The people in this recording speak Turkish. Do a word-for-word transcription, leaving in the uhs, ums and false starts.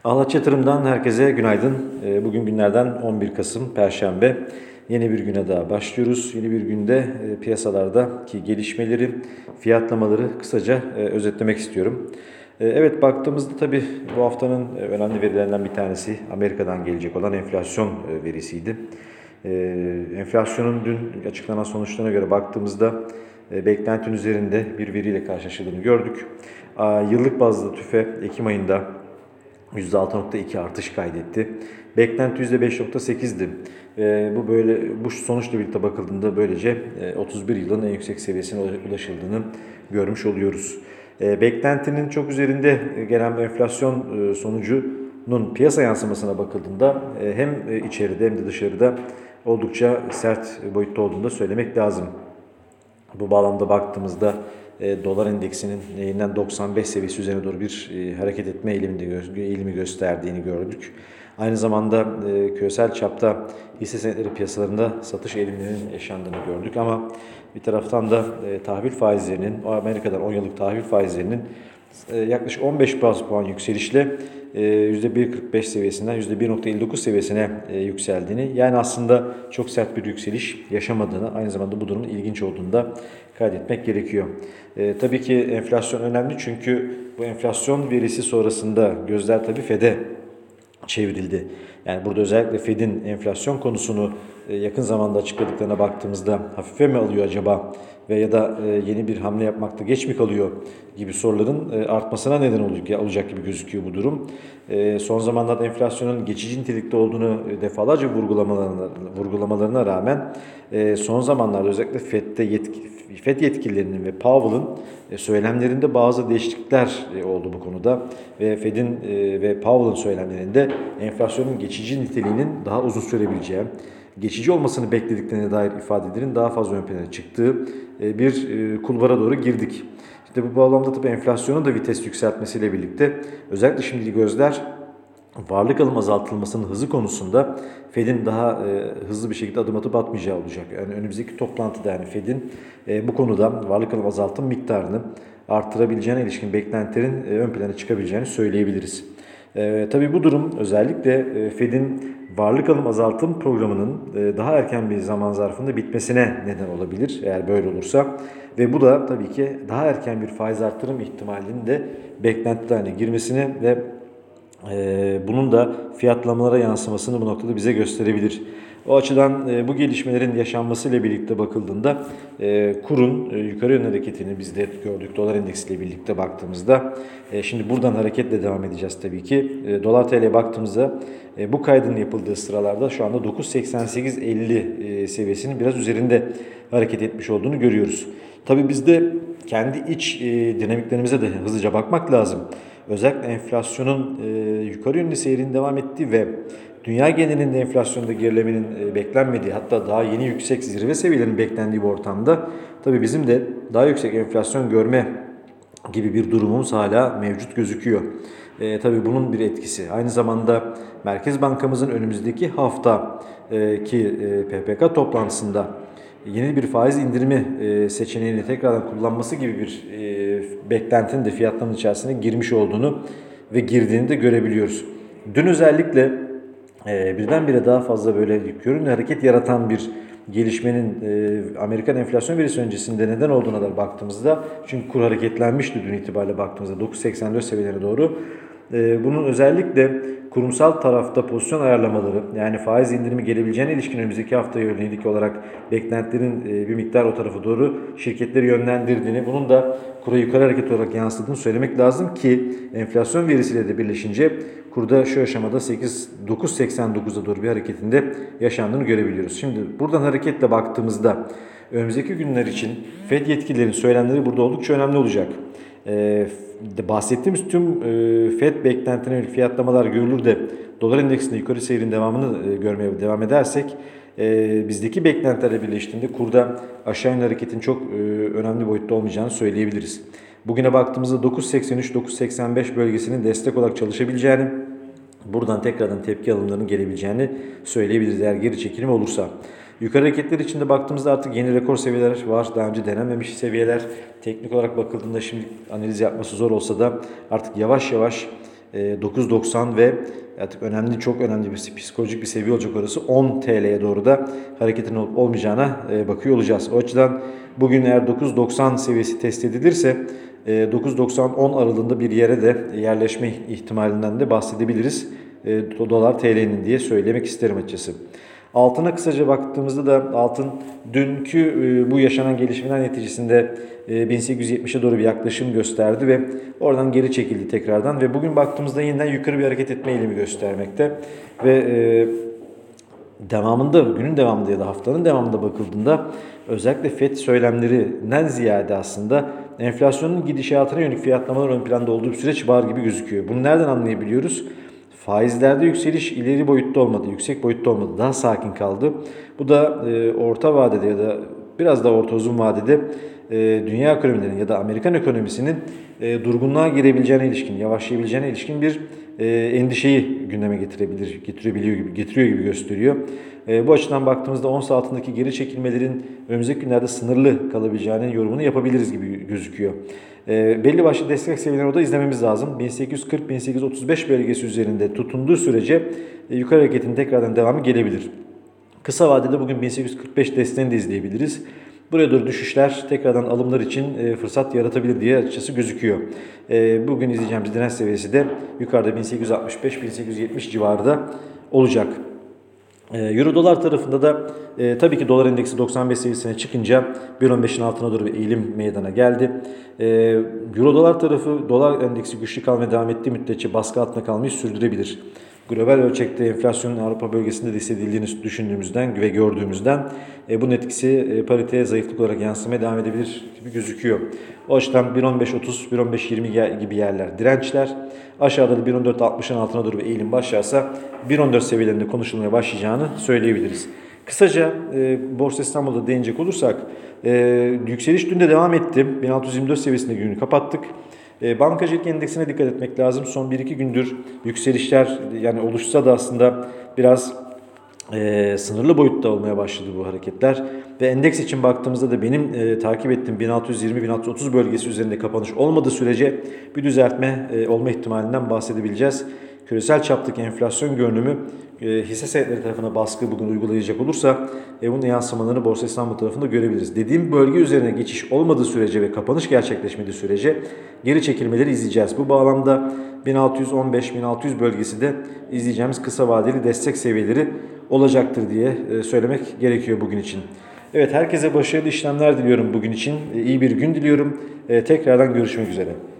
Ahlat Yatırım'dan herkese günaydın. Ee, Bugün günlerden on bir Kasım Perşembe. Yeni bir güne daha başlıyoruz. Yeni bir günde e, piyasalardaki gelişmeleri, fiyatlamaları kısaca e, özetlemek istiyorum. E, Evet, baktığımızda tabii bu haftanın e, önemli verilerinden bir tanesi Amerika'dan gelecek olan enflasyon e, verisiydi. E, Enflasyonun dün açıklanan sonuçlarına göre baktığımızda e, beklentinin üzerinde bir veriyle karşılaşıldığını gördük. A, Yıllık bazda TÜFE Ekim ayında yüzde altı nokta iki artış kaydetti. Beklenti yüzde beş nokta sekizdi. E, bu böyle bu sonuçla birlikte bakıldığında böylece e, otuz bir yılın en yüksek seviyesine ulaşıldığını görmüş oluyoruz. E, beklentinin çok üzerinde gelen enflasyon e, sonucunun piyasa yansımasına bakıldığında e, hem içeride hem de dışarıda oldukça sert boyutta olduğunu da söylemek lazım. Bu bağlamda baktığımızda e, dolar endeksinin yeniden doksan beş seviyesi üzerine doğru bir e, hareket etme eğilimini, eğilimi gösterdiğini gördük. Aynı zamanda e, küresel çapta hisse senetleri piyasalarında satış eğilimlerinin yaşandığını gördük. Ama bir taraftan da e, tahvil faizlerinin, Amerika'dan on yıllık tahvil faizlerinin e, yaklaşık on beş baz puan yükselişle yüzde bir virgül kırk beş seviyesinden yüzde bir virgül elli dokuz seviyesine yükseldiğini, yani aslında çok sert bir yükseliş yaşamadığını, aynı zamanda bu durumun ilginç olduğunu da kaydetmek gerekiyor. E, tabii ki enflasyon önemli, çünkü bu enflasyon verisi sonrasında gözler tabii Fed'e çevrildi. Yani burada özellikle Fed'in enflasyon konusunu yakın zamanda açıkladıklarına baktığımızda hafife mi alıyor acaba ve ya da yeni bir hamle yapmakta geç mi kalıyor gibi soruların artmasına neden olacak gibi gözüküyor bu durum. Son zamanlarda enflasyonun geçici nitelikte olduğunu defalarca vurgulamalarına, vurgulamalarına rağmen son zamanlarda özellikle Fed'de yetki, Fed yetkililerinin ve Powell'ın söylemlerinde bazı değişiklikler oldu bu konuda ve Fed'in ve Powell'ın söylemlerinde enflasyonun geçici niteliğinin daha uzun sürebileceği, geçici olmasını beklediklerine dair ifadelerin daha fazla ön plana çıktığı bir kulvara doğru girdik. İşte bu bağlamda tabii enflasyonun da vites yükseltmesiyle birlikte özellikle şimdi gözler varlık alım azaltılmasının hızı konusunda Fed'in daha e, hızlı bir şekilde adım atıp atmayacağı olacak. Yani önümüzdeki toplantıda yani Fed'in e, bu konuda varlık alım azaltım miktarını arttırabileceğine ilişkin beklentilerin e, ön plana çıkabileceğini söyleyebiliriz. E, tabii bu durum özellikle e, Fed'in varlık alım azaltım programının e, daha erken bir zaman zarfında bitmesine neden olabilir eğer böyle olursa. Ve bu da tabii ki daha erken bir faiz artırım ihtimalinin de beklentilerine girmesine ve Ee, bunun da fiyatlamalara yansımasını bu noktada bize gösterebilir. O açıdan e, bu gelişmelerin yaşanmasıyla birlikte bakıldığında e, kurun e, yukarı yönlü hareketini biz de gördük dolar endeksiyle birlikte baktığımızda. E, şimdi buradan hareketle devam edeceğiz tabii ki. E, dolar T L'ye baktığımızda e, bu kaydın yapıldığı sıralarda şu anda dokuz seksen sekiz elli e, seviyesinin biraz üzerinde hareket etmiş olduğunu görüyoruz. Tabii biz de kendi iç e, dinamiklerimize de hızlıca bakmak lazım. Özellikle enflasyonun e, yukarı yönlü seyrin devam ettiği ve dünya genelinde enflasyonda gerilemenin e, beklenmediği, hatta daha yeni yüksek zirve seviyelerinin beklendiği bir ortamda tabii bizim de daha yüksek enflasyon görme gibi bir durumumuz hala mevcut gözüküyor. E, tabii bunun bir etkisi. Aynı zamanda Merkez Bankamızın önümüzdeki hafta e, ki e, P P K toplantısında yeni bir faiz indirimi e, seçeneğini tekrardan kullanması gibi bir e, beklentinin de fiyatların içerisine girmiş olduğunu ve girdiğini de görebiliyoruz. Dün özellikle e, birdenbire daha fazla böyle görünür hareket yaratan bir gelişmenin e, Amerikan enflasyon verisi öncesinde neden olduğuna da baktığımızda, çünkü kur hareketlenmişti dün itibariyle baktığımızda dokuz seksen dört seviyelerine doğru. E, bunun özellikle kurumsal tarafta pozisyon ayarlamaları, yani faiz indirimi gelebileceğine ilişkin önümüzdeki haftaya yönelik olarak beklentilerin bir miktar o tarafa doğru şirketleri yönlendirdiğini, bunun da kura yukarı hareket olarak yansıdığını söylemek lazım ki enflasyon verisiyle de birleşince kurda şu aşamada dokuz seksen dokuza doğru bir hareketinde yaşandığını görebiliyoruz. Şimdi buradan hareketle baktığımızda önümüzdeki günler için Fed yetkililerin söylemleri burada oldukça önemli olacak. Ee, bahsettiğimiz tüm e, Fed beklentilerine yönelik fiyatlamalar görülür de dolar endeksinde yukarı seyrin devamını e, görmeye devam edersek e, bizdeki beklentilerle birleştiğinde kurda aşağı yönlü hareketin çok e, önemli boyutta olmayacağını söyleyebiliriz. Bugüne baktığımızda dokuz seksen üç dokuz seksen beş bölgesinin destek olarak çalışabileceğini, buradan tekrardan tepki alımlarının gelebileceğini söyleyebiliriz eğer geri çekilim olursa. Yukarı hareketler içinde baktığımızda artık yeni rekor seviyeler var. Daha önce denenmemiş seviyeler. Teknik olarak bakıldığında şimdi analiz yapması zor olsa da artık yavaş yavaş e, dokuz doksan ve artık önemli, çok önemli bir psikolojik bir seviye olacak orası. on T L'ye doğru da hareketin olup olmayacağına e, bakıyor olacağız. O açıdan bugün eğer dokuz doksan seviyesi test edilirse e, dokuz doksan on aralığında bir yere de yerleşme ihtimalinden de bahsedebiliriz. E, dolar T L'nin diye söylemek isterim açıkçası. Altına kısaca baktığımızda da altın dünkü e, bu yaşanan gelişmeler neticesinde e, bin sekiz yüz yetmişe doğru bir yaklaşım gösterdi ve oradan geri çekildi tekrardan ve bugün baktığımızda yeniden yukarı bir hareket etme eğilimi göstermekte ve e, devamında, günün devamında ya da haftanın devamında bakıldığında özellikle FED söylemlerinden ziyade aslında enflasyonun gidişatına yönelik fiyatlamalar ön planda olduğu bir süreç var gibi gözüküyor. Bunu nereden anlayabiliyoruz? Faizlerde yükseliş ileri boyutta olmadı, yüksek boyutta olmadı, daha sakin kaldı. Bu da e, orta vadede ya da biraz da orta uzun vadede e, dünya ekonomilerinin ya da Amerikan ekonomisinin e, durgunluğa girebileceğine ilişkin, yavaşlayabileceğine ilişkin bir e, endişeyi gündeme getirebilir, getirebiliyor gibi, getiriyor gibi gösteriyor. E, bu açıdan baktığımızda ons altındaki geri çekilmelerin önümüzdeki günlerde sınırlı kalabileceğinin yorumunu yapabiliriz gibi gözüküyor. E, belli başlı destek seviyelerini orada izlememiz lazım. bin sekiz yüz kırk bin sekiz yüz otuz beş bölgesi üzerinde tutunduğu sürece e, yukarı hareketin tekrardan devamı gelebilir. Kısa vadede bugün bin sekiz yüz kırk beş desteğini de izleyebiliriz. Buraya doğru düşüşler tekrardan alımlar için e, fırsat yaratabilir diye açıkçası gözüküyor. E, bugün izleyeceğimiz direnç seviyesi de yukarıda bin sekiz yüz altmış beş bin sekiz yüz yetmiş civarında olacak. Euro dolar tarafında da e, tabii ki dolar endeksi doksan beş seviyesine çıkınca bir nokta on beşin altına doğru bir eğilim meydana geldi. E, Euro dolar tarafı dolar endeksi güçlü kalmaya devam ettiği müddetçe baskı altında kalmayı sürdürebilir. Global ölçekte enflasyonun Avrupa bölgesinde de hissedildiğini düşündüğümüzden ve gördüğümüzden e, bunun etkisi e, pariteye zayıflık olarak yansımaya devam edebilir gibi gözüküyor. O açıdan bir nokta on beş otuz, bir nokta on beş yirmi gibi yerler dirençler. Aşağıda da bir nokta on dört altmışın altına doğru bir eğilim başlarsa bir nokta on dört seviyelerinde konuşulmaya başlayacağını söyleyebiliriz. Kısaca e, Borsa İstanbul'da değinecek olursak e, yükseliş dün de devam etti. bin altı yüz yirmi dört seviyesinde günü kapattık. E, bankacılık endeksine dikkat etmek lazım. Son bir iki gündür yükselişler yani oluşsa da aslında biraz e, sınırlı boyutta olmaya başladı bu hareketler. Ve endeks için baktığımızda da benim e, takip ettiğim bin altı yüz yirmi bin altı yüz otuz bölgesi üzerinde kapanış olmadığı sürece bir düzeltme e, olma ihtimalinden bahsedebileceğiz. Küresel çaptaki enflasyon görünümü e, hisse senetleri tarafına baskı bugün uygulayacak olursa e, bunun yansımalarını Borsa İstanbul tarafında görebiliriz. Dediğim bölge üzerine geçiş olmadığı sürece ve kapanış gerçekleşmediği sürece geri çekilmeleri izleyeceğiz. Bu bağlamda bin altı yüz on beş bin altı yüz bölgesi de izleyeceğimiz kısa vadeli destek seviyeleri olacaktır diye e, söylemek gerekiyor bugün için. Evet, herkese başarılı işlemler diliyorum bugün için. E, iyi bir gün diliyorum. E, tekrardan görüşmek üzere.